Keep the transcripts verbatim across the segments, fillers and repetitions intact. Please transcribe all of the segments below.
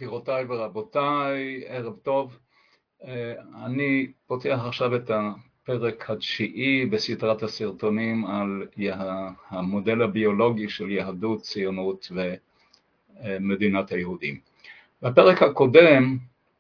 גבירותיי ורבותיי, ערב טוב. אני פותח עכשיו את הפרק התשיעי בסדרת הסרטונים על המודל הביולוגי של יהדות, ציונות ומדינת היהודים. בפרק הקודם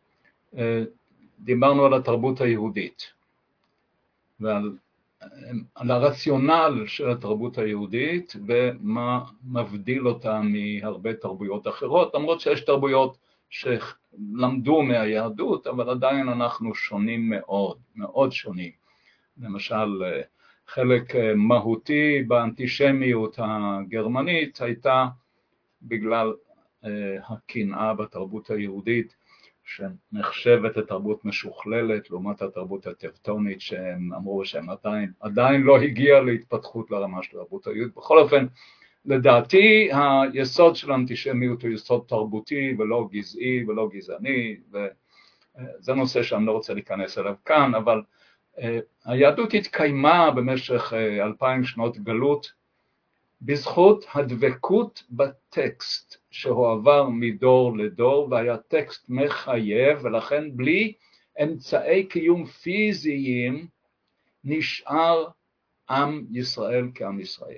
דיברנו על התרבות היהודית ועל על הרציונל של התרבות היהודית ומה מבדיל אותה מהרבה תרבויות אחרות, למרות שיש תרבויות שלמדו מהיהדות, אבל עדיין אנחנו שונים מאוד, מאוד שונים. למשל, חלק מהותי באנטישמיות הגרמנית הייתה בגלל הקנאה בתרבות היהודית, שנחשבת לתרבות משוכללת לעומת התרבות הטבטונית, שהם אמרו שהם עדיין, עדיין לא הגיע להתפתחות לרמה של תרבות היהודית. בכל אופן, לדעתי היסוד של האנטישמיות הוא יסוד תרבותי ולא גזעי ולא גזעני, וזה נושא שאני לא רוצה להיכנס אליו כאן, אבל היהדות התקיימה במשך אלפיים שנות גלות בזכות הדבקות בטקסט שהועבר מדור לדור, והיה טקסט מחייב, ולכן בלי אמצעי קיום פיזיים נשאר עם ישראל כעם ישראל.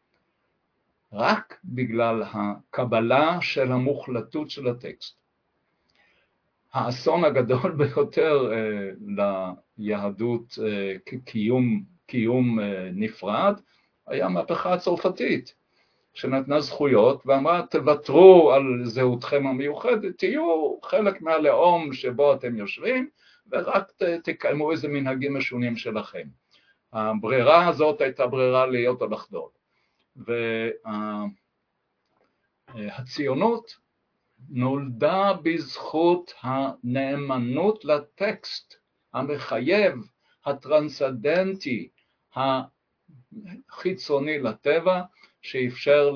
רק בגלל הקבלה של המוחלטות של הטקסט. האסון הגדול ביותר אה, ליהדות אה, כקיום קיום, אה, נפרד, היה המהפכה הצרפתית, שנתנה זכויות ואמרה, תוותרו על זהותכם המיוחדת, תהיו חלק מהלאום שבו אתם יושבים, ורק תקיימו איזה מנהגים משונים שלכם. הברירה הזאת הייתה ברירה להיות או לחדול. והציונות נולדה בזכות הנאמנות לטקסט, המחייב, הטרנסדנטי, החיצוני לטבע, שאפשר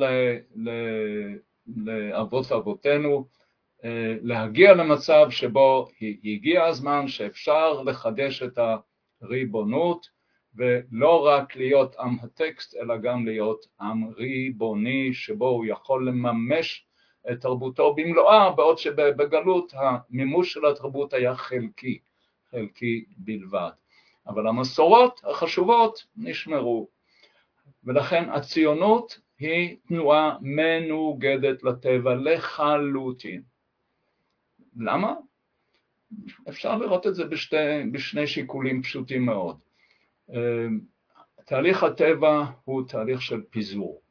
לאבות אבותינו להגיע למצב שבו הגיע הזמן שאפשר לחדש את הריבונות, ולא רק להיות עם הטקסט, אלא גם להיות עם ריבוני, שבו הוא יכול לממש את תרבותו במלואה, בעוד שבגלות המימוש של התרבות היה חלקי, חלקי בלבד. אבל המסורות החשובות נשמרו. ולכן הציונות היא תנועה מנוגדת לטבע לחלוטין. למה? אפשר לראות את זה בשתי, בשני שיקולים פשוטים מאוד. תהליך הטבע הוא תהליך של פיזור,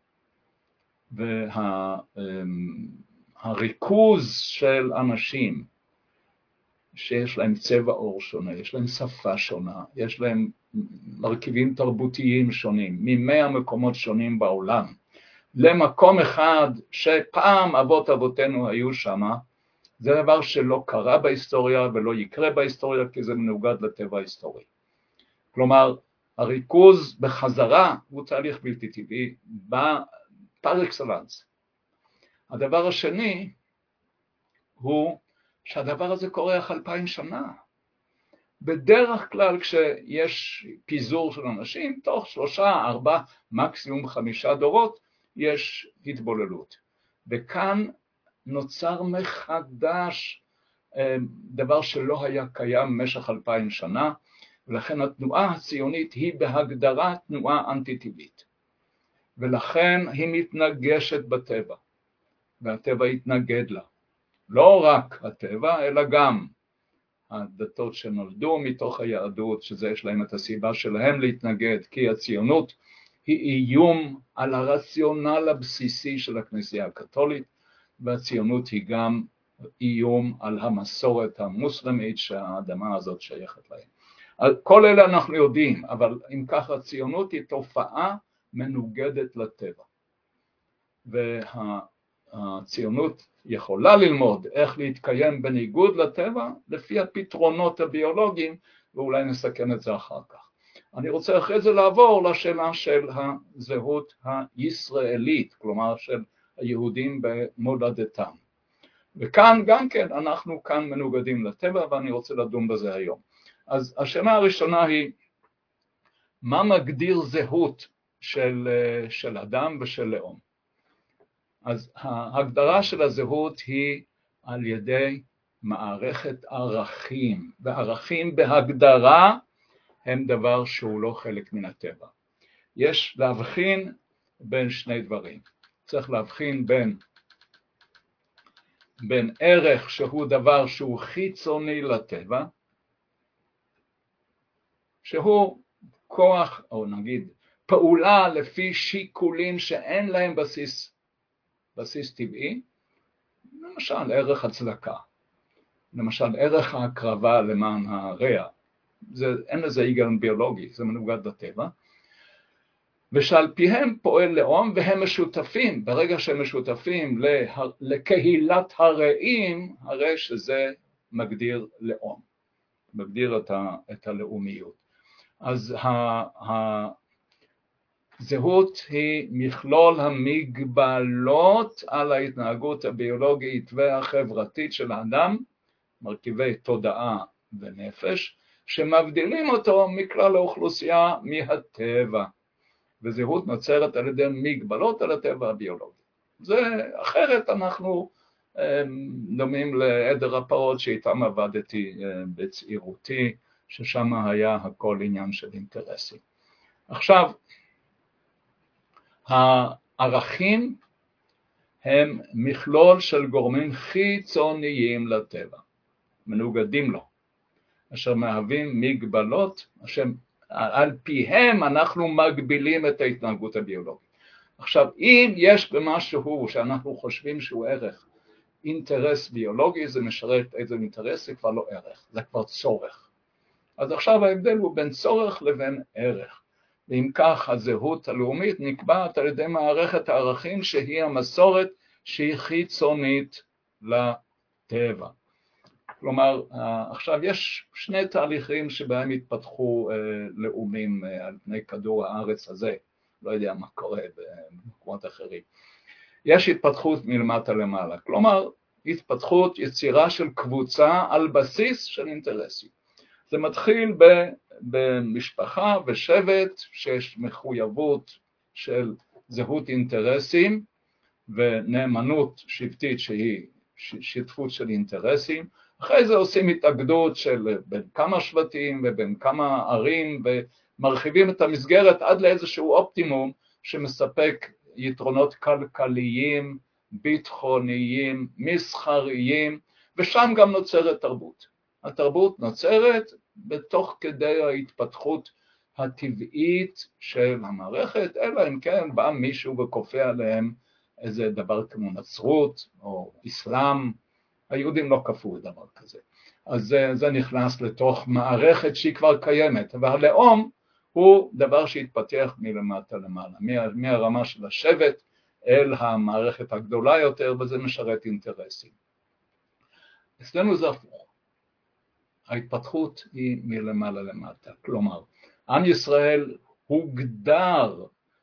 והריכוז של אנשים שיש להם צבע עור שונה, יש להם שפה שונה, יש להם מרכיבים תרבותיים שונים, ממאה מקומות שונים בעולם, למקום אחד שפעם אבות אבותינו היו שם, זה דבר שלא קרה בהיסטוריה ולא יקרה בהיסטוריה, כי זה מנוגד לטבע ההיסטורי. כלומר, הריכוז בחזרה הוא תהליך בלתי טבעי פר אקסלנס. הדבר השני הוא שהדבר הזה קורה אחרי אלפיים שנה. בדרך כלל כשיש פיזור של אנשים, תוך שלושה, ארבע, מקסימום חמישה דורות, יש התבוללות. וכאן נוצר מחדש דבר שלא היה קיים במשך אלפיים שנה, ולכן התנועה הציונית היא בהגדרה תנועה אנטי-טבעית. ולכן היא מתנגשת בטבע, והטבע יתנגד לה. לא רק הטבע, אלא גם הדתות שנולדו מתוך היהדות, שזה יש להם את הסיבה שלהם להתנגד, כי הציונות היא איום על הרציונל הבסיסי של הכנסייה הקתולית, והציונות היא גם איום על המסורת המוסלמית שהאדמה הזאת שייכת להם. כל אלה אנחנו יודעים, אבל אם ככה הציונות היא תופעה מנוגדת לטבע. והציונות יכולה ללמוד איך להתקיים בניגוד לטבע לפי הפתרונות הביולוגיים, ואולי נסכם את זה אחר כך. אני רוצה אחרי זה לעבור לשאלה של הזהות הישראלית, כלומר של היהודים במולדתם. וכאן גם כן אנחנו כאן מנוגדים לטבע, ואני רוצה לדון בזה היום. אז השאלה הראשונה היא, מה מגדיר זהות של, של אדם ושל לאום? אז ההגדרה של הזהות היא על ידי מערכת ערכים, וערכים בהגדרה הם דבר שהוא לא חלק מן הטבע. יש להבחין בין שני דברים. צריך להבחין בין, בין ערך שהוא דבר שהוא חיצוני לטבע, שהוא כוח, או נגיד, פעולה לפי שיקולים שאין להם בסיס, בסיס טבעי, למשל ערך הצדקה, למשל ערך ההקרבה למען הרע, זה, אין לזה היגיון ביולוגי, זה מנוגד לטבע, ושעל פיהם פועל לאום והם משותפים, ברגע שהם משותפים לה, לקהילת הרעים, הרי שזה מגדיר לאום, מגדיר את, ה, את הלאומיות. אז הזהות היא מכלול המגבלות על ההתנהגות הביולוגית והחברתית של האדם, מרכיבי תודעה ונפש, שמבדילים אותו מכלל האוכלוסייה מהטבע. וזהות נוצרת על ידי מגבלות על הטבע הביולוגי. זה אחרת אנחנו דומים לעדר הפרות שאיתם עבדתי בצעירותי, ששם היה הכל עניין של אינטרסים. עכשיו, הערכים הם מכלול של גורמים חיצוניים לטבע, מנוגדים לו, אשר מהווים מגבלות, אשר על פיהם אנחנו מגבילים את ההתנהגות הביולוגית. עכשיו, אם יש במשהו שאנחנו חושבים שהוא ערך, אינטרס ביולוגי, זה משרת איזה אינטרס, זה כבר לא ערך, זה כבר צורך. אז עכשיו ההבדל הוא בין צורך לבין ערך. ואם כך, הזהות הלאומית נקבעת על ידי מערכת הערכים שהיא המסורת שהיא חיצונית לטבע. כלומר, עכשיו יש שני תהליכים שבהם התפתחו לאומים על פני כדור הארץ הזה, לא יודע מה קורה במקומות אחרים. יש התפתחות מלמטה למעלה, כלומר, התפתחות יצירה של קבוצה על בסיס של אינטרסים. זה מתחיל במשפחה ושבט שיש מחויבות של זהות אינטרסים ונאמנות שבטית שהיא שותפות של אינטרסים, אחרי זה עושים התאגדות של בין כמה שבטים ובין כמה ערים ומרחיבים את המסגרת עד לאיזשהו אופטימום שמספק יתרונות כלכליים, ביטחוניים, מסחריים, ושם גם נוצרת תרבות. התרבות נוצרת בתוך כדי ההתפתחות הטבעית של המערכת, אלא אם כן בא מישהו וכופה עליהם איזה דבר כמו נצרות או אסלאם, היהודים לא כפו דבר כזה. אז זה, זה נכנס לתוך מערכת שהיא כבר קיימת, והלאום הוא דבר שהתפתח מלמטה למעלה, מה, מהרמה של השבט אל המערכת הגדולה יותר, וזה משרת אינטרסים. אצלנו זה הפוך. ההתפתחות היא מלמעלה למטה, כלומר, עם ישראל הוגדר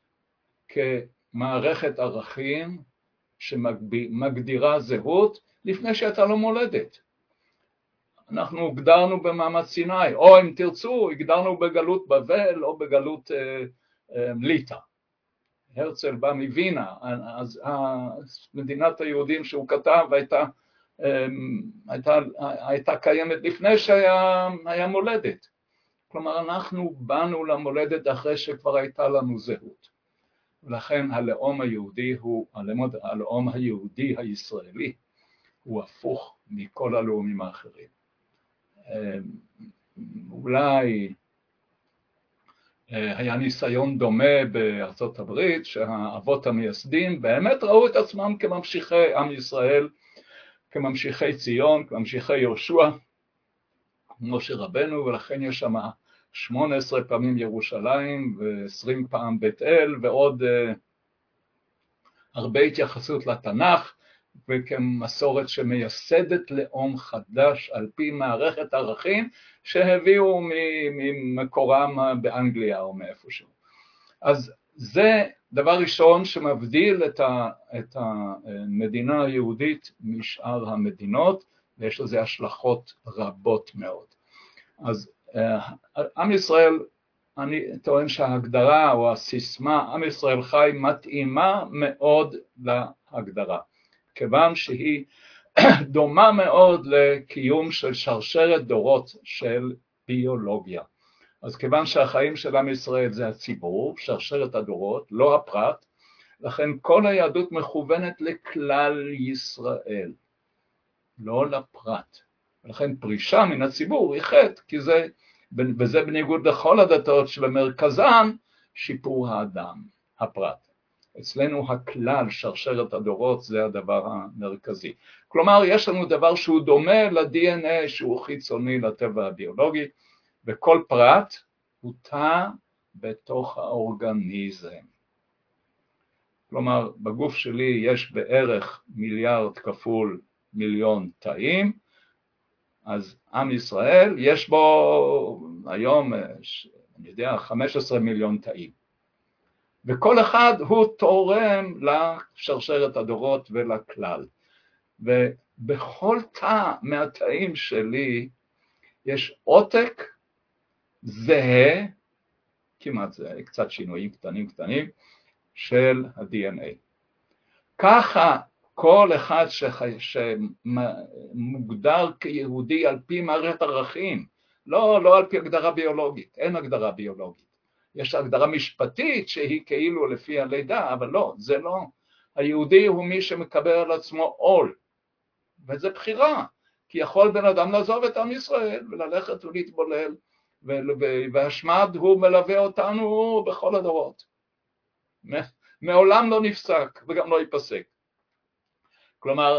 כמערכת ערכים שמגדירה זהות לפני שהייתה לו מולדת. אנחנו הגדרנו במעמד סיני, או אם תרצו, הגדרנו בגלות בבל או בגלות אה, אה, ליטא. הרצל בא מווינה, אז מדינת היהודים שהוא כתב הייתה, אה, הייתה, הייתה קיימת לפני שהיה היה מולדת. כלומר, אנחנו באנו למולדת אחרי שכבר הייתה לנו זהות. ולכן הלאום היהודי הוא, הלאום היהודי הישראלי, הוא הפוך מכל הלאומים האחרים. אולי היה ניסיון דומה בארצות הברית, שהאבות המייסדים באמת ראו את עצמם כממשיכי עם ישראל, כממשיכי ציון, כממשיכי יהושע, משה רבנו, ולכן יש שם שמונה עשרה פעמים ירושלים ו-עשרים פעם בית אל, ועוד uh, הרבה התייחסות לתנ"ך, וכמסורת שמייסדת לאום חדש על פי מערכת ערכים שהביאו ממקורם באנגליה או מאיפשהו. אז זה דבר ראשון שמבדיל את, ה, את המדינה היהודית משאר המדינות, ויש לזה השלכות רבות מאוד. אז עם ישראל, אני טוען שההגדרה או הסיסמה, עם ישראל חי, מתאימה מאוד להגדרה. כיוון שהיא דומה מאוד לקיום של שרשרת דורות של ביולוגיה. אז כיוון שהחיים של עם ישראל זה הציבור, שרשרת הדורות, לא הפרט, לכן כל היהדות מכוונת לכלל ישראל, לא לפרט. ולכן פרישה מן הציבור היא חטא, כי זה, וזה בניגוד לכל הדתות שבמרכזן שיפור האדם, הפרט. אצלנו הכלל, שרשרת הדורות, זה הדבר המרכזי. כלומר, יש לנו דבר שהוא דומה ל-די אן איי, שהוא חיצוני לטבע הביולוגי, וכל פרט הוא תא בתוך האורגניזם. כלומר, בגוף שלי יש בערך מיליארד כפול מיליון תאים, אז עם ישראל יש בו היום, אני יודע, חמישה עשר מיליון תאים. וכל אחד הוא תורם לשרשרת הדורות ולכלל. ובכל תא מהתאים שלי יש עותק זהה, כמעט זהה, קצת שינויים קטנים קטנים, של ה-די אן איי. ככה כל אחד שמוגדר כיהודי על פי מערכת ערכים, לא, לא על פי הגדרה ביולוגית, אין הגדרה ביולוגית. יש הגדרה משפטית שהיא כאילו לפי הלידה, אבל לא, זה לא. היהודי הוא מי שמקבל על עצמו עול, וזה בחירה, כי יכול בן אדם לעזוב את עם ישראל וללכת ולהתבולל, והשמד הוא מלווה אותנו בכל הדורות. מעולם לא נפסק וגם לא ייפסק. כלומר,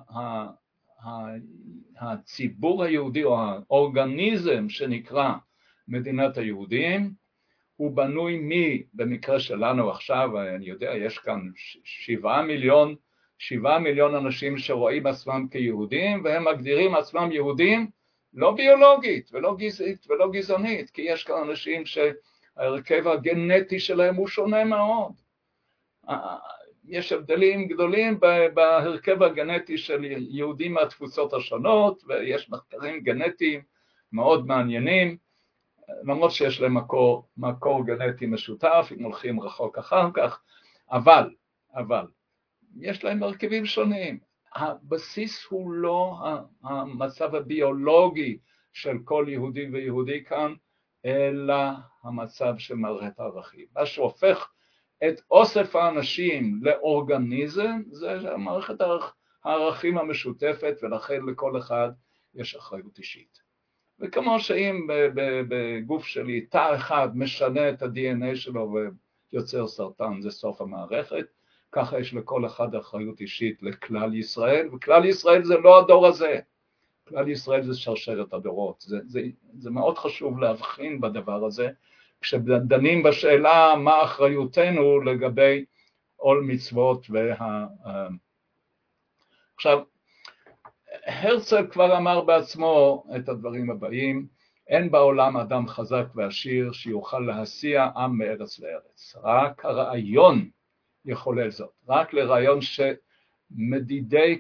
הציבור היהודי או האורגניזם שנקרא מדינת היהודים, הוא בנוי מי, במקרה שלנו עכשיו, אני יודע, יש כאן שבעה מיליון, שבעה מיליון אנשים שרואים עצמם כיהודים, והם מגדירים עצמם יהודים לא ביולוגית ולא גזעית ולא גזענית, כי יש כאן אנשים שההרכב הגנטי שלהם הוא שונה מאוד. יש הבדלים גדולים בהרכב הגנטי של יהודים מהתפוצות השונות, ויש מחקרים גנטיים מאוד מעניינים, למרות שיש להם מקור, מקור גנטי משותף, אם הולכים רחוק אחר כך, אבל, אבל, יש להם מרכיבים שונים. הבסיס הוא לא המצב הביולוגי של כל יהודי ויהודי כאן, אלא המצב של מערכת הערכים. מה שהופך את אוסף האנשים לאורגניזם, זה מערכת הערכים המשותפת, ולכן לכל אחד יש אחריות אישית. וכמו שאם בגוף שלי תא אחד משנה את ה-די אן איי שלו ויוצר סרטן, זה סוף המערכת, ככה יש לכל אחד אחריות אישית לכלל ישראל, וכלל ישראל זה לא הדור הזה, כלל ישראל זה שרשרת הדורות. זה, זה, זה מאוד חשוב להבחין בדבר הזה, כשדנים בשאלה מה אחריותנו לגבי עול מצוות וה... עכשיו, הרצל כבר אמר בעצמו את הדברים הבאים, אין בעולם אדם חזק ועשיר שיוכל להסיע עם מארץ לארץ, רק הרעיון יחולל זאת, רק לרעיון שמדידי,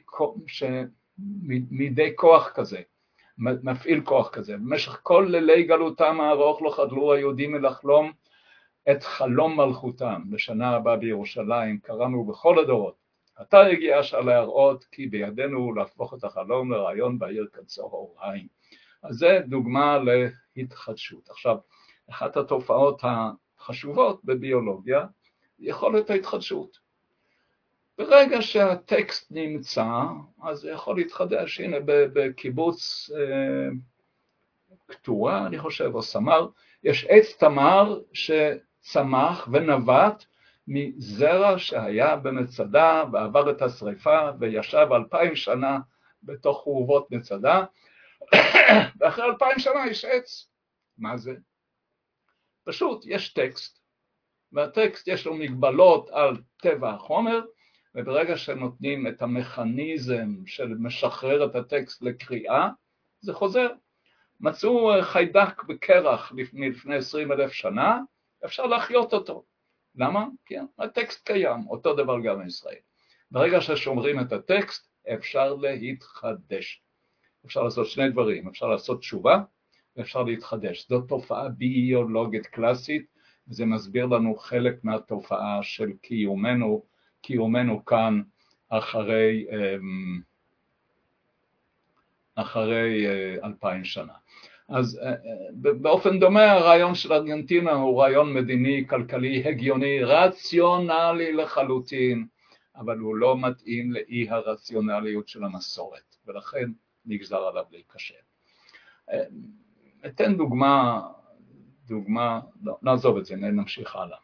שמדי כוח כזה, מפעיל כוח כזה, במשך כל לילי גלותם הארוך לא חדלו היהודים מלחלום את חלום מלכותם. בשנה הבאה בירושלים קראנו בכל הדורות, עתה הגיעה השעה להראות כי בידינו להפוך את החלום לרעיון בעיר כצהריים. אז זה דוגמה להתחדשות. עכשיו, אחת התופעות החשובות בביולוגיה היא יכולת ההתחדשות. ברגע שהטקסט נמצא, אז זה יכול להתחדש. הנה בקיבוץ אה, קטורה, אני חושב, או סמר, יש עץ תמר שצמח ונבט מזרע שהיה במצדה ועבר את השריפה וישב אלפיים שנה בתוך חורבות מצדה, ואחרי אלפיים שנה יש עץ. מה זה? פשוט יש טקסט, והטקסט יש לו מגבלות על טבע החומר, וברגע שנותנים את המכניזם של משחרר את הטקסט לקריאה, זה חוזר. מצאו חיידק בקרח לפני, לפני עשרים אלף שנה, אפשר להחיות אותו. למה? כי הטקסט קיים, אותו דבר גם בישראל. ברגע ששומרים את הטקסט, אפשר להתחדש. אפשר לעשות שני דברים, אפשר לעשות תשובה, ואפשר להתחדש. זאת תופעה ביולוגית קלאסית, וזה מסביר לנו חלק מהתופעה של קיומנו, קיומנו כאן אחרי, אחרי אלפיים שנה. אז באופן דומה הרעיון של ארגנטינה הוא רעיון מדיני, כלכלי, הגיוני, רציונלי לחלוטין, אבל הוא לא מתאים לאי הרציונליות של המסורת, ולכן נגזר עליו להיכשל. אתן דוגמה, דוגמה, לא, נעזוב את זה, נמשיך הלאה.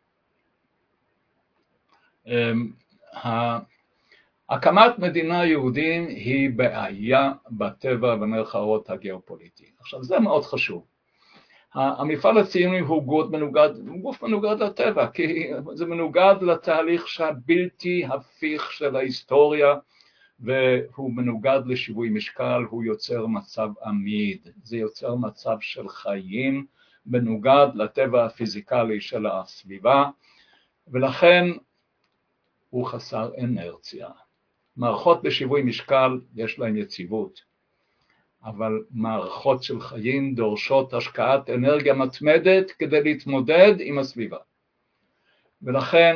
הקמת מדינה יהודית היא בעיה בטבע במרכאות הגיאופוליטי. עכשיו זה מאוד חשוב. המפעל הציוני הוא גוף מנוגד, הוא גוף מנוגד לטבע, כי זה מנוגד לתהליך שהבלתי הפיך של ההיסטוריה, והוא מנוגד לשיווי משקל, הוא יוצר מצב עמיד, זה יוצר מצב של חיים, מנוגד לטבע הפיזיקלי של הסביבה, ולכן הוא חסר אנרציה. מערכות בשיווי משקל יש להן יציבות, אבל מערכות של חיים דורשות השקעת אנרגיה מתמדת כדי להתמודד עם הסביבה. ולכן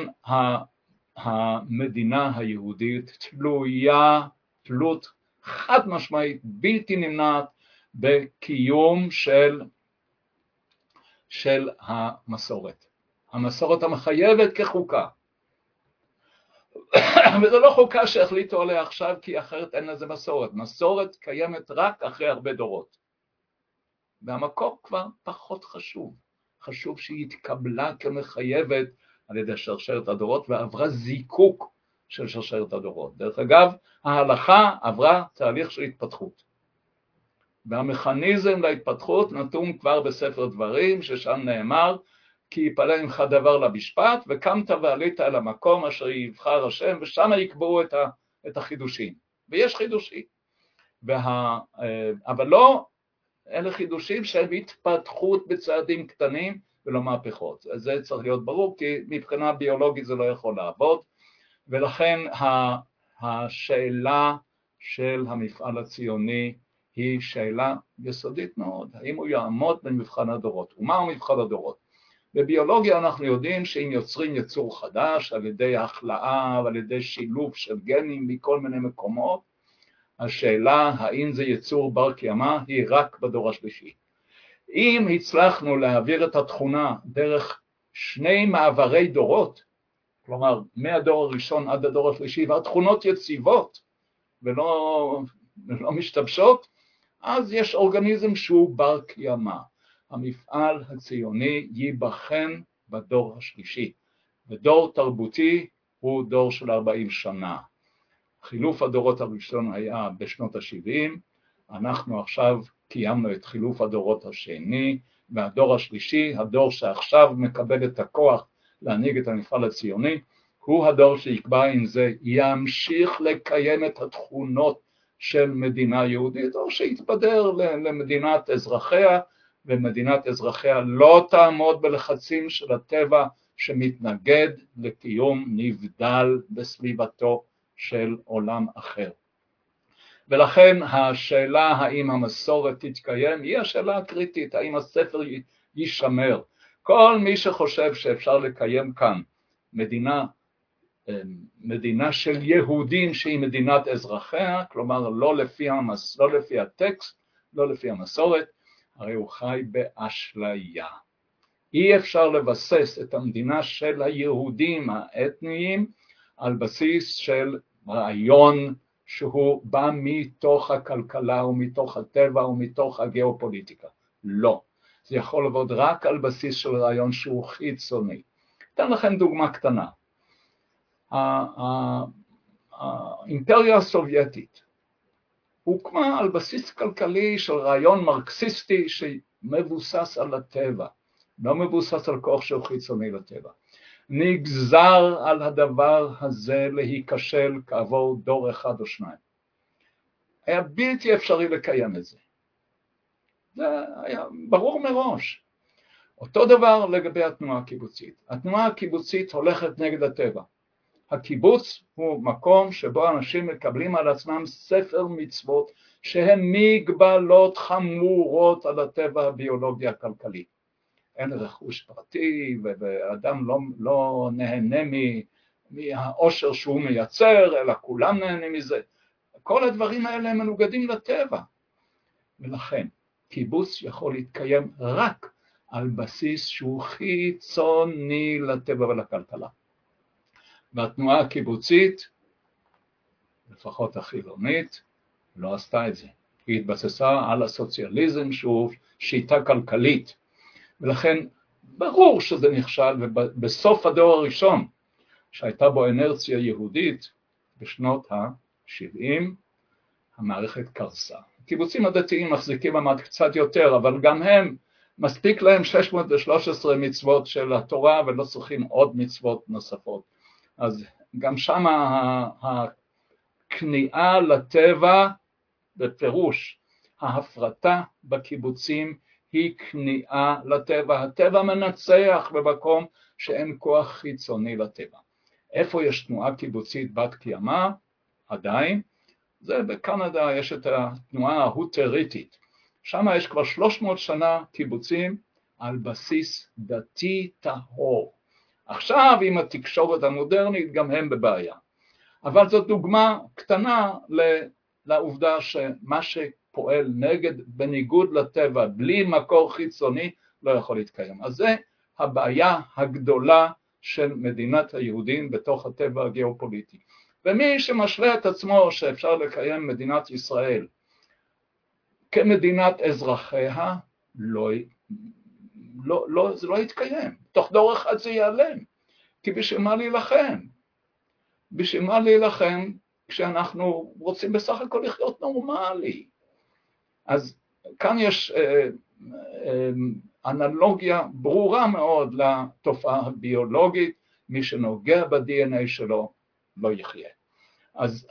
המדינה היהודית תלויה, תלות חד משמעית, בלתי נמנעת, בקיום של, של המסורת. המסורת המחייבת כחוקה. וזו לא חוקה שהחליטו עליה עכשיו, כי אחרת אין לזה מסורת. מסורת קיימת רק אחרי הרבה דורות. והמקור כבר פחות חשוב. חשוב שהיא התקבלה כמחייבת על ידי שרשרת הדורות, ועברה זיקוק של שרשרת הדורות. דרך אגב, ההלכה עברה תהליך של התפתחות. והמכניזם להתפתחות נתון כבר בספר דברים, ששם נאמר, כי יפלא ממך דבר למשפט, וקמת ועלית אל המקום אשר יבחר השם, ושם יקבעו את, ה, את החידושים. ויש חידושים. וה, אבל לא, אלה חידושים שהם התפתחות בצעדים קטנים, ולא מהפכות. אז זה צריך להיות ברור, כי מבחינה ביולוגית זה לא יכול לעבוד, ולכן השאלה של המפעל הציוני היא שאלה יסודית מאוד. האם הוא יעמוד במבחן הדורות? ומהו מבחן הדורות? בביולוגיה אנחנו יודעים שאם יוצרים יצור חדש על ידי החלאה ועל ידי שילוב של גנים מכל מיני מקומות, השאלה האם זה יצור בר קיימא היא רק בדור השלישי. אם הצלחנו להעביר את התכונה דרך שני מעברי דורות, כלומר מהדור הראשון עד הדור השלישי, והתכונות יציבות ולא, ולא משתבשות, אז יש אורגניזם שהוא בר קיימא. המפעל הציוני ייבחן בדור השלישי, ודור תרבותי הוא דור של ארבעים שנה. חילוף הדורות הראשון היה בשנות ה-שבעים, אנחנו עכשיו קיימנו את חילוף הדורות השני, והדור השלישי, הדור שעכשיו מקבל את הכוח להנהיג את המפעל הציוני, הוא הדור שיקבע אם זה ימשיך לקיים את התכונות של מדינה יהודית, או שיתבדר למדינת אזרחיה, ומדינת אזרחיה לא תעמוד בלחצים של הטבע שמתנגד לקיום נבדל בסביבתו של עולם אחר. ולכן השאלה האם המסורת תתקיים היא השאלה הקריטית, האם הספר יישמר. כל מי שחושב שאפשר לקיים כאן מדינה, מדינה של יהודים שהיא מדינת אזרחיה, כלומר לא לפי, המס, לא לפי הטקסט, לא לפי המסורת, הרי הוא חי באשליה. אי אפשר לבסס את המדינה של היהודים האתניים על בסיס של רעיון שהוא בא מתוך הכלכלה ומתוך הטבע ומתוך הגיאופוליטיקה. לא. זה יכול לעבוד רק על בסיס של רעיון שהוא חיצוני. אתן לכם דוגמה קטנה. האימפריה הסובייטית הוקמה על בסיס כלכלי של רעיון מרקסיסטי שמבוסס על הטבע, לא מבוסס על כוח שהוא חיצוני לטבע. נגזר על הדבר הזה להיכשל כעבור דור אחד או שניים. היה בלתי אפשרי לקיים את זה. זה היה ברור מראש. אותו דבר לגבי התנועה הקיבוצית. התנועה הקיבוצית הולכת נגד הטבע. הקיבוץ הוא מקום שבו אנשים מקבלים על עצמם ספר מצוות שהן מגבלות חמורות על הטבע הביולוגי הכלכלי. אין רכוש פרטי, ואדם לא, לא נהנה מהעושר שהוא מייצר, אלא כולם נהנים מזה. כל הדברים האלה הם מנוגדים לטבע. ולכן קיבוץ יכול להתקיים רק על בסיס שהוא חיצוני לטבע ולכלכלה. והתנועה הקיבוצית, לפחות החילונית, לא עשתה את זה. היא התבססה על הסוציאליזם שהוא שיטה כלכלית, ולכן ברור שזה נכשל, ובסוף הדור הראשון, שהייתה בו אנרציה יהודית, בשנות ה-שבעים, המערכת קרסה. הקיבוצים הדתיים מחזיקים מעמד קצת יותר, אבל גם הם, מספיק להם שש מאות ושלוש עשרה מצוות של התורה, ולא צריכים עוד מצוות נוספות. אז גם שם הכניעה לטבע, בפירוש, ההפרטה בקיבוצים היא כניעה לטבע. הטבע מנצח במקום שאין כוח חיצוני לטבע. איפה יש תנועה קיבוצית בת קיימא? עדיין. זה בקנדה יש את התנועה ההוטריטית. שם יש כבר שלוש מאות שנה קיבוצים על בסיס דתי טהור. עכשיו עם התקשורת המודרנית גם הם בבעיה. אבל זאת דוגמה קטנה לעובדה שמה שפועל נגד, בניגוד לטבע, בלי מקור חיצוני, לא יכול להתקיים. אז זה הבעיה הגדולה של מדינת היהודים בתוך הטבע הגיאופוליטי. ומי שמשווה את עצמו שאפשר לקיים מדינת ישראל כמדינת אזרחיה, לא, לא, לא, זה לא יתקיים. תוך דור אחד זה ייעלם. כי בשביל מה להילחם? בשביל מה להילחם כשאנחנו רוצים בסך הכל לחיות נורמלי? אז כאן יש אה, אה, אנלוגיה ברורה מאוד לתופעה הביולוגית, מי שנוגע ב-די אן איי שלו לא יחיה. אז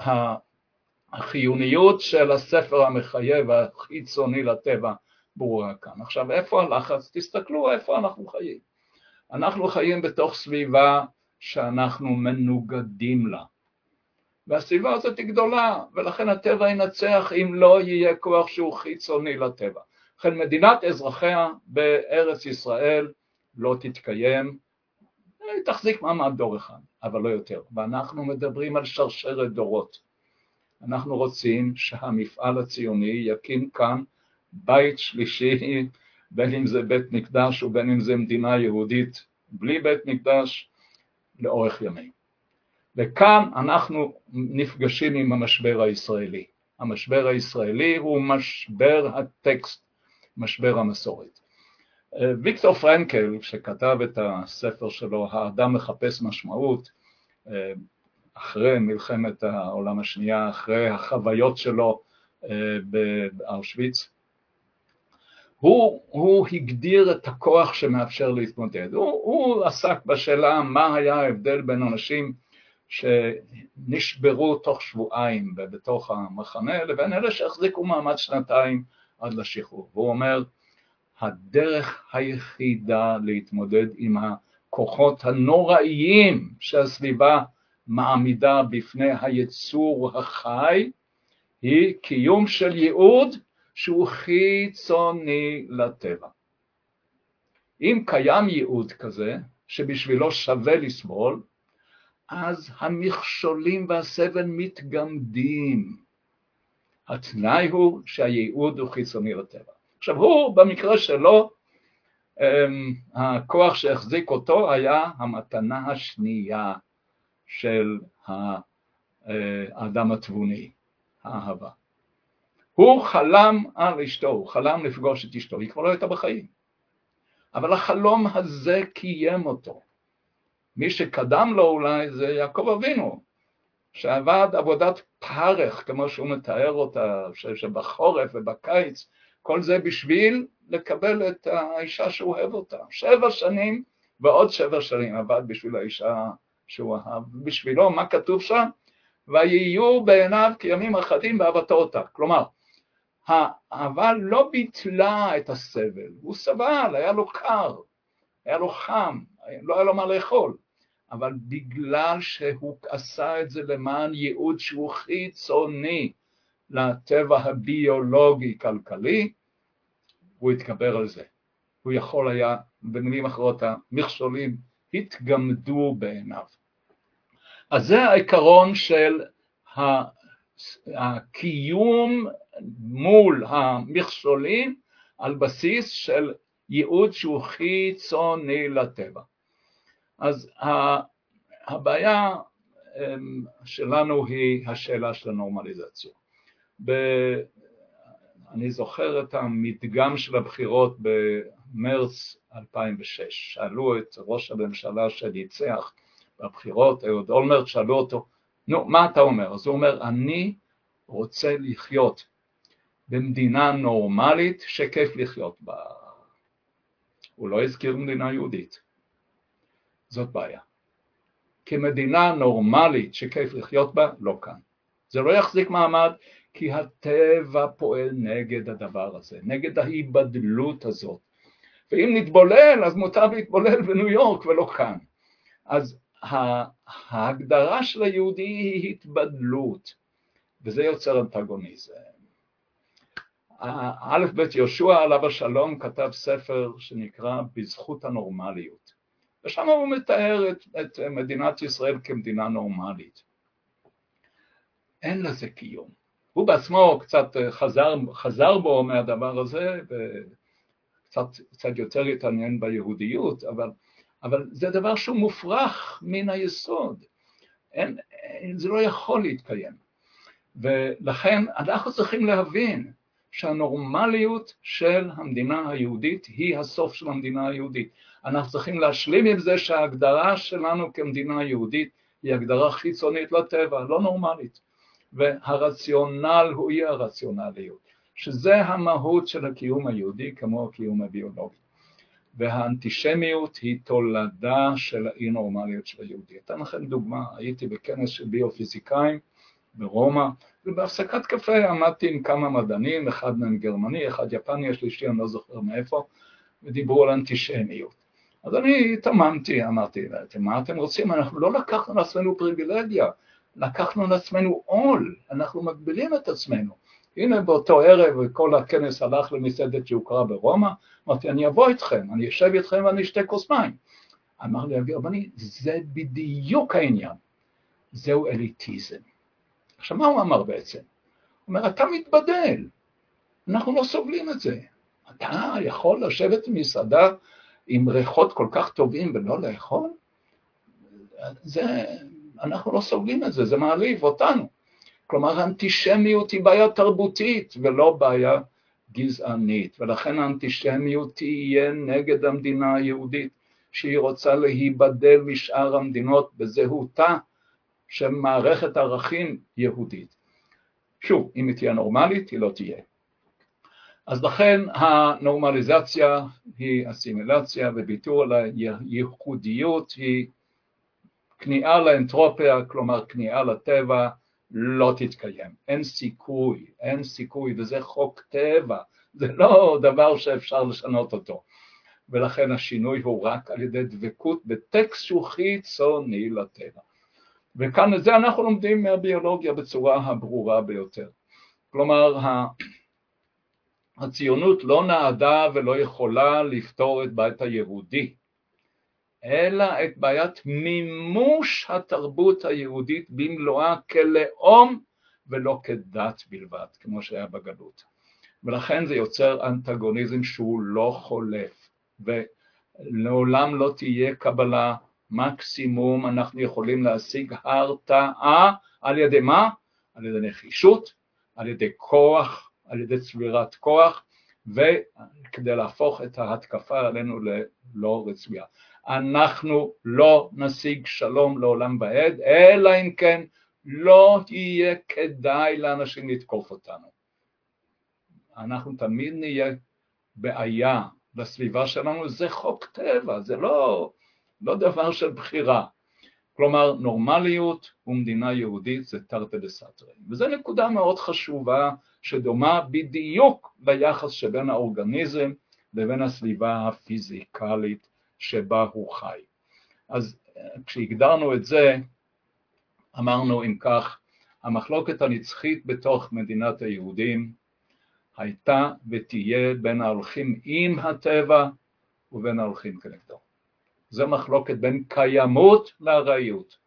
החיוניות של הספר המחייב החיצוני לטבע ברורה כאן. עכשיו, איפה הלחץ? תסתכלו איפה אנחנו חיים. אנחנו חיים בתוך סביבה שאנחנו מנוגדים לה. והסביבה הזאת היא גדולה, ולכן הטבע ינצח אם לא יהיה כוח שהוא חיצוני לטבע. לכן מדינת אזרחיה בארץ ישראל לא תתקיים, תחזיק מעמד דור אחד, אבל לא יותר. ואנחנו מדברים על שרשרת דורות. אנחנו רוצים שהמפעל הציוני יקים כאן בית שלישי, בין אם זה בית מקדש ובין אם זה מדינה יהודית בלי בית מקדש, לאורך ימים. וכאן אנחנו נפגשים עם המשבר הישראלי. המשבר הישראלי הוא משבר הטקסט, משבר המסורת. ויקטור פרנקל, שכתב את הספר שלו, האדם מחפש משמעות, אחרי מלחמת העולם השנייה, אחרי החוויות שלו באושוויץ, הוא, הוא הגדיר את הכוח שמאפשר להתמודד. הוא, הוא עסק בשאלה מה היה ההבדל בין אנשים שנשברו תוך שבועיים בתוך המחנה, לבין אלה שהחזיקו מעמד שנתיים עד לשחרור. והוא אומר, הדרך היחידה להתמודד עם הכוחות הנוראיים שהסביבה מעמידה בפני היצור החי, היא קיום של ייעוד שהוא חיצוני לטבע. אם קיים ייעוד כזה, שבשבילו שווה לסבול, אז המכשולים והסבל מתגמדים. התנאי הוא שהייעוד הוא חיצוני לטבע. עכשיו הוא, במקרה שלו, הכוח שהחזיק אותו היה המתנה השנייה של האדם התבוני, האהבה. הוא חלם על אשתו, הוא חלם לפגוש את אשתו, היא כבר לא הייתה בחיים. אבל החלום הזה קיים אותו. מי שקדם לו אולי זה יעקב אבינו, שעבד עבודת פרך, כמו שהוא מתאר אותה, שבחורף ובקיץ, כל זה בשביל לקבל את האישה שהוא אוהב אותה. שבע שנים ועוד שבע שנים עבד בשביל האישה שהוא אהב. בשבילו, מה כתוב שם? ויהיו בעיניו כימים אחדים באהבתו אותה. כלומר, האהבה לא ביטלה את הסבל, הוא סבל, היה לו קר, היה לו חם, לא היה לו מה לאכול. אבל בגלל שהוא עשה את זה למען ייעוד שהוא חיצוני לטבע הביולוגי-כלכלי, הוא התגבר על זה. הוא יכול היה, במילים אחרות, המכשולים התגמדו בעיניו. אז זה העיקרון של הקיום מול המכשולים על בסיס של ייעוד שהוא חיצוני לטבע. אז הבעיה שלנו היא השאלה של הנורמליזציה. אני זוכר את המדגם של הבחירות במרץ אלפיים ושש, שאלו את ראש הממשלה שניצח בבחירות, אהוד אולמרט, שאלו אותו, נו, מה אתה אומר? אז הוא אומר, אני רוצה לחיות במדינה נורמלית שכיף לחיות בה. הוא לא הזכיר מדינה יהודית. זאת בעיה. כמדינה נורמלית שכיף לחיות בה, לא כאן. זה לא יחזיק מעמד, כי הטבע פועל נגד הדבר הזה, נגד ההיבדלות הזאת. ואם נתבולל, אז מותר להתבולל בניו יורק ולא כאן. אז ההגדרה של היהודי היא התבדלות, וזה יוצר אנטגוניזם. א' ב' יהושע עליו השלום כתב ספר שנקרא בזכות הנורמליות, ושם הוא מתאר את, את מדינת ישראל כמדינה נורמלית. אין לזה קיום. הוא בעצמו קצת חזר, חזר בו מהדבר הזה, וקצת קצת יותר התעניין ביהודיות, אבל, אבל זה דבר שהוא מופרך מן היסוד. אין, זה לא יכול להתקיים. ולכן אנחנו צריכים להבין שהנורמליות של המדינה היהודית היא הסוף של המדינה היהודית. אנחנו צריכים להשלים עם זה שההגדרה שלנו כמדינה יהודית היא הגדרה חיצונית לטבע, לא נורמלית. והרציונל הוא אי הרציונליות, שזה המהות של הקיום היהודי כמו הקיום הביולוגי. והאנטישמיות היא תולדה של האי נורמליות של היהודי. אתן לכם דוגמה, הייתי בכנס של ביופיזיקאים ברומא, ובהפסקת קפה עמדתי עם כמה מדענים, אחד מהם גרמני, אחד יפני, השלישי, אני לא זוכר מאיפה, ודיברו על אנטישמיות. אז אני התאמנתי, אמרתי, מה אתם רוצים? אנחנו לא לקחנו לעצמנו פריבילגיה, לקחנו לעצמנו עול, אנחנו מגבילים את עצמנו. הנה באותו ערב, כל הכנס הלך למסעדת שהוקרה ברומא, אמרתי, אני אבוא איתכם, אני אשב איתכם ואני אשתה כוס מים. אמר לי, רבני, זה בדיוק העניין, זהו אליטיזם. עכשיו, מה הוא אמר בעצם? הוא אומר, אתה מתבדל, אנחנו לא סובלים את זה. אתה יכול לשבת במסעדה עם ריחות כל כך טובים ולא לאכול? זה, אנחנו לא סובלים את זה, זה מעליב אותנו. כלומר, האנטישמיות היא בעיה תרבותית ולא בעיה גזענית, ולכן האנטישמיות תהיה נגד המדינה היהודית, שהיא רוצה להיבדל משאר המדינות בזהותה של מערכת ערכים יהודית. שוב, אם היא תהיה נורמלית, היא לא תהיה. אז לכן הנורמליזציה היא אסימילציה, וביטור על הייחודיות היא כניעה לאנטרופיה, כלומר כניעה לטבע, לא תתקיים. אין סיכוי, אין סיכוי, וזה חוק טבע, זה לא דבר שאפשר לשנות אותו. ולכן השינוי הוא רק על ידי דבקות בטקסט שהוא חיצוני לטבע. וכאן את זה אנחנו לומדים מהביולוגיה בצורה הברורה ביותר. כלומר, הציונות לא נעדה ולא יכולה לפתור את בעיית היהודי, אלא את בעיית מימוש התרבות היהודית במלואה כלאום ולא כדת בלבד, כמו שהיה בגלות. ולכן זה יוצר אנטגוניזם שהוא לא חולף, ולעולם לא תהיה קבלה. מקסימום אנחנו יכולים להשיג הרתעה על ידי מה? על ידי נחישות, על ידי כוח, על ידי צבירת כוח, וכדי להפוך את ההתקפה עלינו ללא רצויה. אנחנו לא נשיג שלום לעולם ועד, אלא אם כן לא יהיה כדאי לאנשים לתקוף אותנו. אנחנו תמיד נהיה בעיה בסביבה שלנו, זה חוק טבע, זה לא, לא דבר של בחירה. כלומר, נורמליות ומדינה יהודית זה תרתי דסתרי. וזו נקודה מאוד חשובה שדומה בדיוק ביחס שבין האורגניזם לבין הסביבה הפיזיקלית שבה הוא חי. אז כשהגדרנו את זה, אמרנו אם כך, המחלוקת הנצחית בתוך מדינת היהודים הייתה ותהיה בין ההולכים עם הטבע ובין ההולכים כנגדו. זו מחלוקת בין קיימות לארעיות.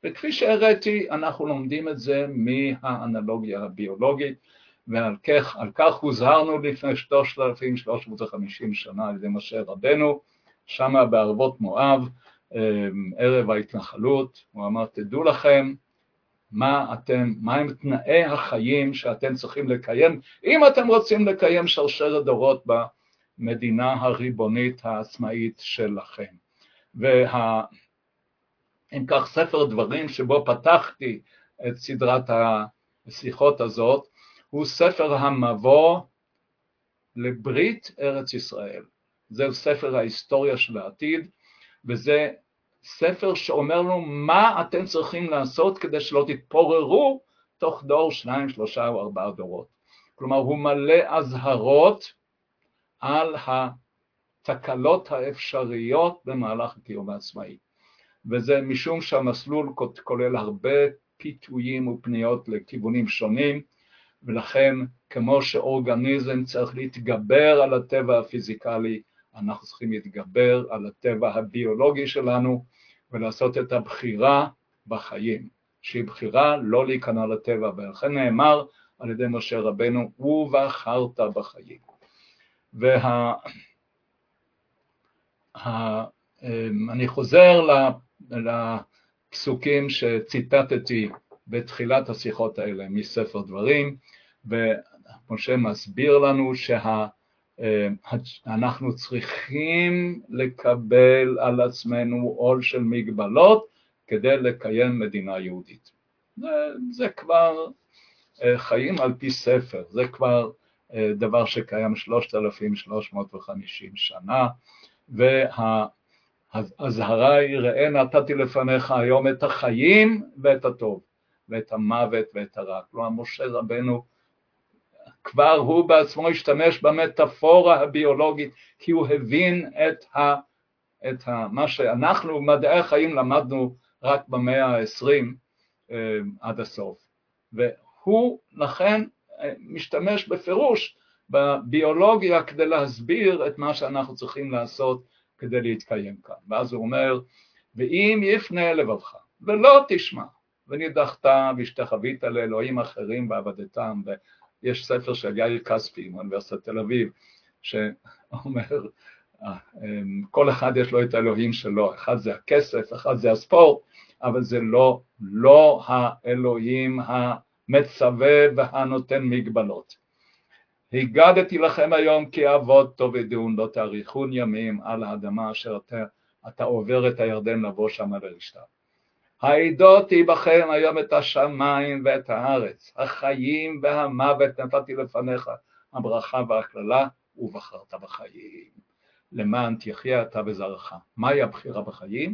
וכפי שהראיתי, אנחנו לומדים את זה מהאנלוגיה הביולוגית, ועל כך, על כך הוזהרנו לפני שלושת אלפים ושלוש מאות וחמישים שנה על ידי משה רבנו, שמה בערבות מואב, ערב ההתנחלות. הוא אמר, תדעו לכם מה אתם, מה הם תנאי החיים שאתם צריכים לקיים, אם אתם רוצים לקיים שרשרת דורות במדינה הריבונית העצמאית שלכם. וה... אם כך, ספר דברים שבו פתחתי את סדרת השיחות הזאת, הוא ספר המבוא לברית ארץ ישראל. זהו ספר ההיסטוריה של העתיד, וזה ספר שאומר לנו מה אתם צריכים לעשות כדי שלא תתפוררו תוך דור, שניים, שלושה או ארבעה דורות. כלומר, הוא מלא אזהרות על התקלות האפשריות במהלך הקיום העצמאי. וזה משום שהמסלול כולל הרבה פיתויים ופניות לכיוונים שונים, ולכן כמו שאורגניזם צריך להתגבר על הטבע הפיזיקלי, אנחנו צריכים להתגבר על הטבע הביולוגי שלנו, ולעשות את הבחירה בחיים, שהיא בחירה לא להיכנע לטבע, ולכן נאמר על ידי משה רבנו, ובחרת בחיים. וה... ה... אני חוזר לפסוקים שציטטתי בתחילת השיחות האלה מספר דברים, ומשה מסביר לנו שאנחנו צריכים לקבל על עצמנו עול של מגבלות כדי לקיים מדינה יהודית. זה, זה כבר חיים על פי ספר, זה כבר דבר שקיים שלושת אלפים ושלוש מאות וחמישים שנה, וה הזהרה היא, ראה נתתי לפניך היום את החיים ואת הטוב, ואת המוות ואת הרע. כלומר, משה רבנו, כבר הוא בעצמו השתמש במטאפורה הביולוגית, כי הוא הבין את, ה, את ה, מה שאנחנו, מדעי החיים, למדנו רק במאה העשרים אה, עד הסוף. והוא לכן משתמש בפירוש בביולוגיה כדי להסביר את מה שאנחנו צריכים לעשות כדי להתקיים כאן. ואז הוא אומר, ואם יפנה לבבך ולא תשמע, ונידחת והשתחווית לאלוהים אחרים ועבדתם, ויש ספר של יאיר כספי מאוניברסיטת תל אביב, שאומר, כל אחד יש לו את האלוהים שלו, אחד זה הכסף, אחד זה הספורט, אבל זה לא, לא האלוהים המצווה והנותן מגבלות. הגדתי לכם היום כי אבות תאבדון, לא תאריכון ימים על האדמה אשר אתה, אתה עובר את הירדן לבוא שמה לרשתה. העידותי בכם היום את השמיים ואת הארץ, החיים והמוות נתתי לפניך, הברכה והכללה, ובחרת בחיים. למען תחיה אתה וזרעך. מהי הבחירה בחיים?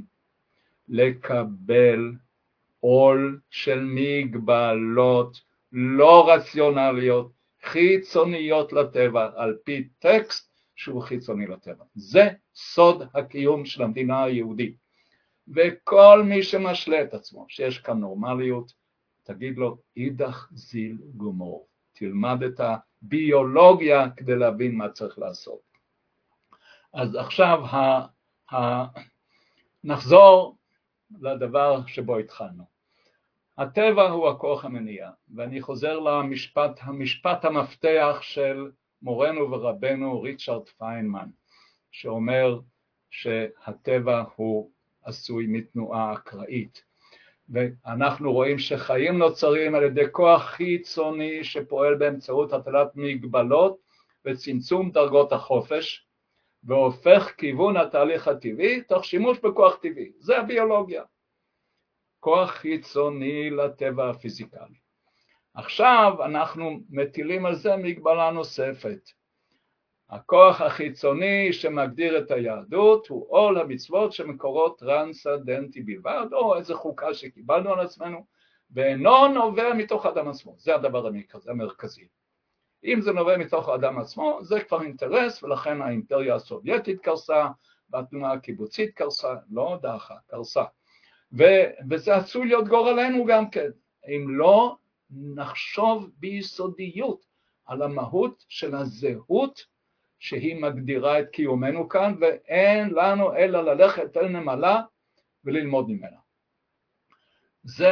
לקבל עול של מגבלות לא רציונליות, חיצוניות לטבע, על פי טקסט שהוא חיצוני לטבע. זה סוד הקיום של המדינה היהודית. וכל מי שמשלה את עצמו, שיש כאן נורמליות, תגיד לו, אידך זיל גמור. תלמד את הביולוגיה כדי להבין מה צריך לעשות. אז עכשיו ה, ה, נחזור לדבר שבו התחלנו. הטבע הוא הכוח המניע, ואני חוזר למשפט, המשפט המפתח של מורנו ורבנו ריצ'רד פיינמן, שאומר שהטבע הוא עשוי מתנועה אקראית. ואנחנו רואים שחיים נוצרים על ידי כוח חיצוני שפועל באמצעות הטלת מגבלות וצמצום דרגות החופש, והופך כיוון התהליך הטבעי תוך שימוש בכוח טבעי. זה הביולוגיה. כוח חיצוני לטבע הפיזיקלי. עכשיו אנחנו מטילים על זה מגבלה נוספת. הכוח החיצוני שמגדיר את היהדות הוא עול המצוות שמקורות טרנסדנטי בלבד, או איזו חוקה שקיבלנו על עצמנו, ואינו נובע מתוך האדם עצמו. זה הדבר המרכזי. אם זה נובע מתוך האדם עצמו, זה כבר אינטרס, ולכן האימפריה הסובייטית קרסה, והתנועה הקיבוצית קרסה, לא דחה, קרסה. ו- וזה עשוי להיות גורלנו גם כן, אם לא נחשוב ביסודיות על המהות של הזהות שהיא מגדירה את קיומנו כאן, ואין לנו אלא ללכת אל נמלה וללמוד ממנה. זה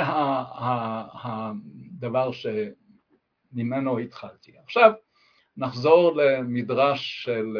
הדבר שממנו התחלתי. עכשיו נחזור למדרש של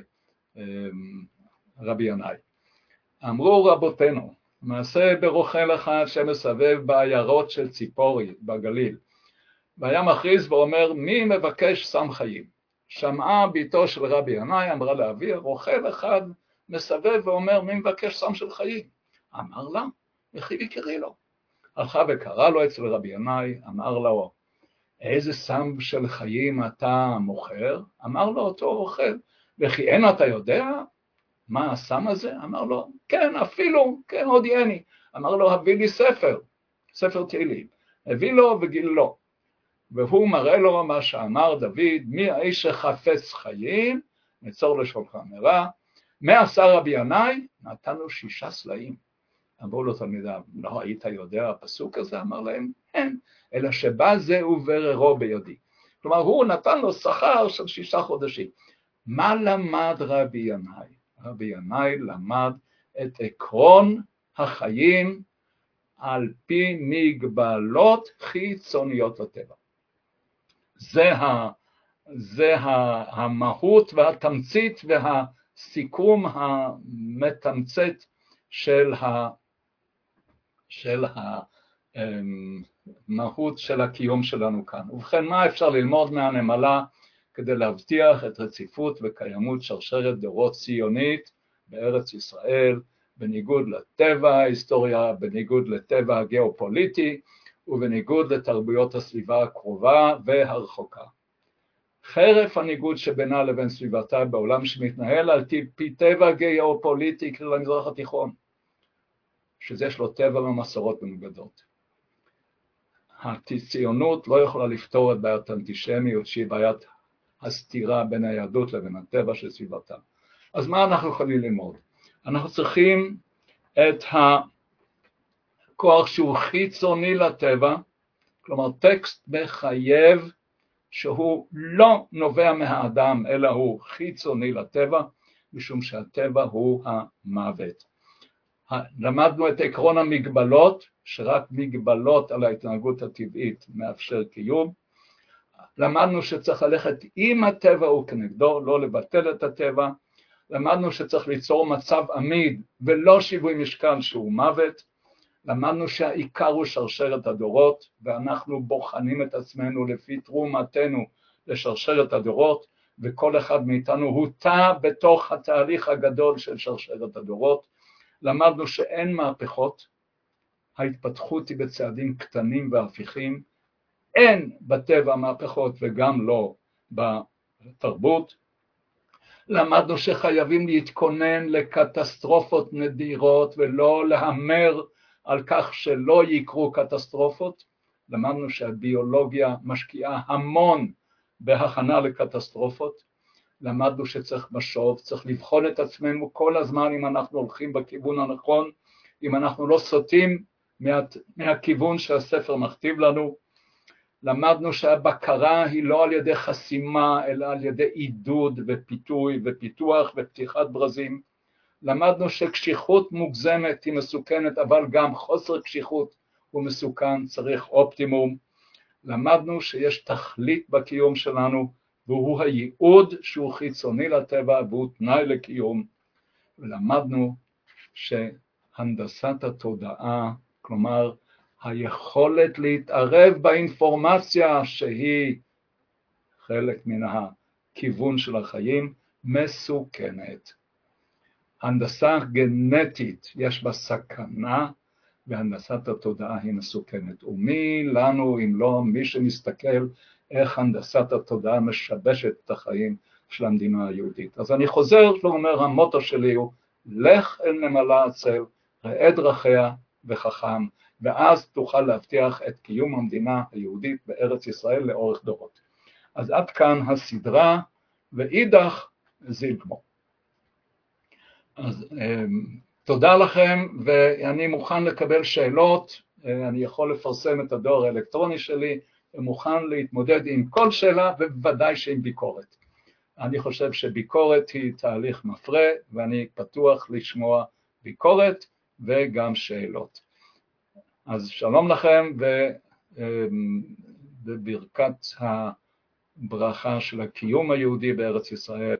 רבי ינאי. אמרו רבותינו, מעשה ברוכל אחד שמסבב בעיירות של ציפורי בגליל, והיה מכריז ואומר, מי מבקש סם חיים? שמעה ביתו של רבי ינאי, אמרה לאביה, רוכל אחד מסבב ואומר, מי מבקש סם של חיים? אמר לה, וכי יקרי לו. הלכה וקרא לו אצל רבי ינאי, אמר לו, איזה סם של חיים אתה מוכר? אמר לו אותו רוכל, וכי אין אתה יודע מה הסם הזה? אמר לו, כן, אפילו, כן, הודיעני. אמר לו, הביא לי ספר, ספר תהילים. הביא לו וגיל לו. והוא מראה לו מה שאמר דוד, מי האיש שחפץ חיים, נצור לשולך מרע, מה עשה רבי ינאי? נתנו שישה סלעים. אמרו לו תלמידיו, לא היית יודע הפסוק הזה? אמר להם, אין, אלא שבא זה ובררו בידי. כלומר, הוא נתן לו שכר של שישה חודשים. מה למד רבי ינאי? רבי ינאי למד את עקרון החיים על פי מגבלות חיצוניות לטבע. זה, ה, זה ה, המהות והתמצית והסיכום המתמצת של, ה, של המהות של הקיום שלנו כאן. ובכן, מה אפשר ללמוד מהנמלה כדי להבטיח את רציפות וקיימות שרשרת דורות ציונית בארץ ישראל, בניגוד לטבע ההיסטוריה, בניגוד לטבע הגיאופוליטי, ובניגוד לתרבויות הסביבה הקרובה והרחוקה. חרף הניגוד שבינה לבין סביבתה בעולם שמתנהל על פי טבע גיאופוליטי כלל המזרח התיכון, שזה יש לו טבע ומסורות מנוגדות. הציונות לא יכולה לפתור את בעיית האנטישמיות, שהיא בעיית הסתירה בין היהדות לבין הטבע של סביבתה. אז מה אנחנו יכולים ללמוד? אנחנו צריכים את הכוח שהוא חיצוני לטבע, כלומר טקסט מחייב שהוא לא נובע מהאדם, אלא הוא חיצוני לטבע, משום שהטבע הוא המוות. למדנו את עקרון המגבלות, שרק מגבלות על ההתנהגות הטבעית מאפשר קיום. למדנו שצריך ללכת עם הטבע וכנגדו, לא לבטל את הטבע. למדנו שצריך ליצור מצב עמיד ולא שיווי משקל שהוא מוות. למדנו שהעיקר הוא שרשרת הדורות, ואנחנו בוחנים את עצמנו לפי תרומתנו לשרשרת הדורות, וכל אחד מאיתנו הוא תא בתוך התהליך הגדול של שרשרת הדורות. למדנו שאין מהפכות, ההתפתחות היא בצעדים קטנים והפיכים, אין בטבע מהפכות וגם לא בתרבות. למדנו שחייבים להתכונן לקטסטרופות נדירות ולא להמר על כך שלא יקרו קטסטרופות. למדנו שהביולוגיה משקיעה המון בהכנה לקטסטרופות. למדנו שצריך משוב, צריך לבחון את עצמנו כל הזמן אם אנחנו הולכים בכיוון הנכון, אם אנחנו לא סוטים מה, מהכיוון שהספר מכתיב לנו. למדנו שהבקרה היא לא על ידי חסימה, אלא על ידי עידוד ופיתוי ופיתוח ופתיחת ברזים. למדנו שקשיחות מוגזמת היא מסוכנת, אבל גם חוסר קשיחות הוא מסוכן, צריך אופטימום. למדנו שיש תכלית בקיום שלנו, והוא הייעוד שהוא חיצוני לטבע והוא תנאי לקיום. ולמדנו שהנדסת התודעה, כלומר היכולת להתערב באינפורמציה שהיא חלק מן הכיוון של החיים, מסוכנת. הנדסה גנטית יש בה סכנה, והנדסת התודעה היא מסוכנת. ומי לנו אם לא מי שמסתכל איך הנדסת התודעה משבשת את החיים של המדינה היהודית. אז אני חוזר ואומר, המוטו שלי הוא, לך אל נמלה עצל, ראה דרכיה וחכם, ואז תוכל להבטיח את קיום המדינה היהודית בארץ ישראל לאורך דורות. אז עד כאן הסדרה, ואידך זיל גמור. אז תודה לכם, ואני מוכן לקבל שאלות, אני יכול לפרסם את הדואר האלקטרוני שלי, ומוכן להתמודד עם כל שאלה, ובוודאי שעם ביקורת. אני חושב שביקורת היא תהליך מפרה, ואני פתוח לשמוע ביקורת וגם שאלות. אז שלום לכם, ובברכת הברכה של הקיום היהודי בארץ ישראל,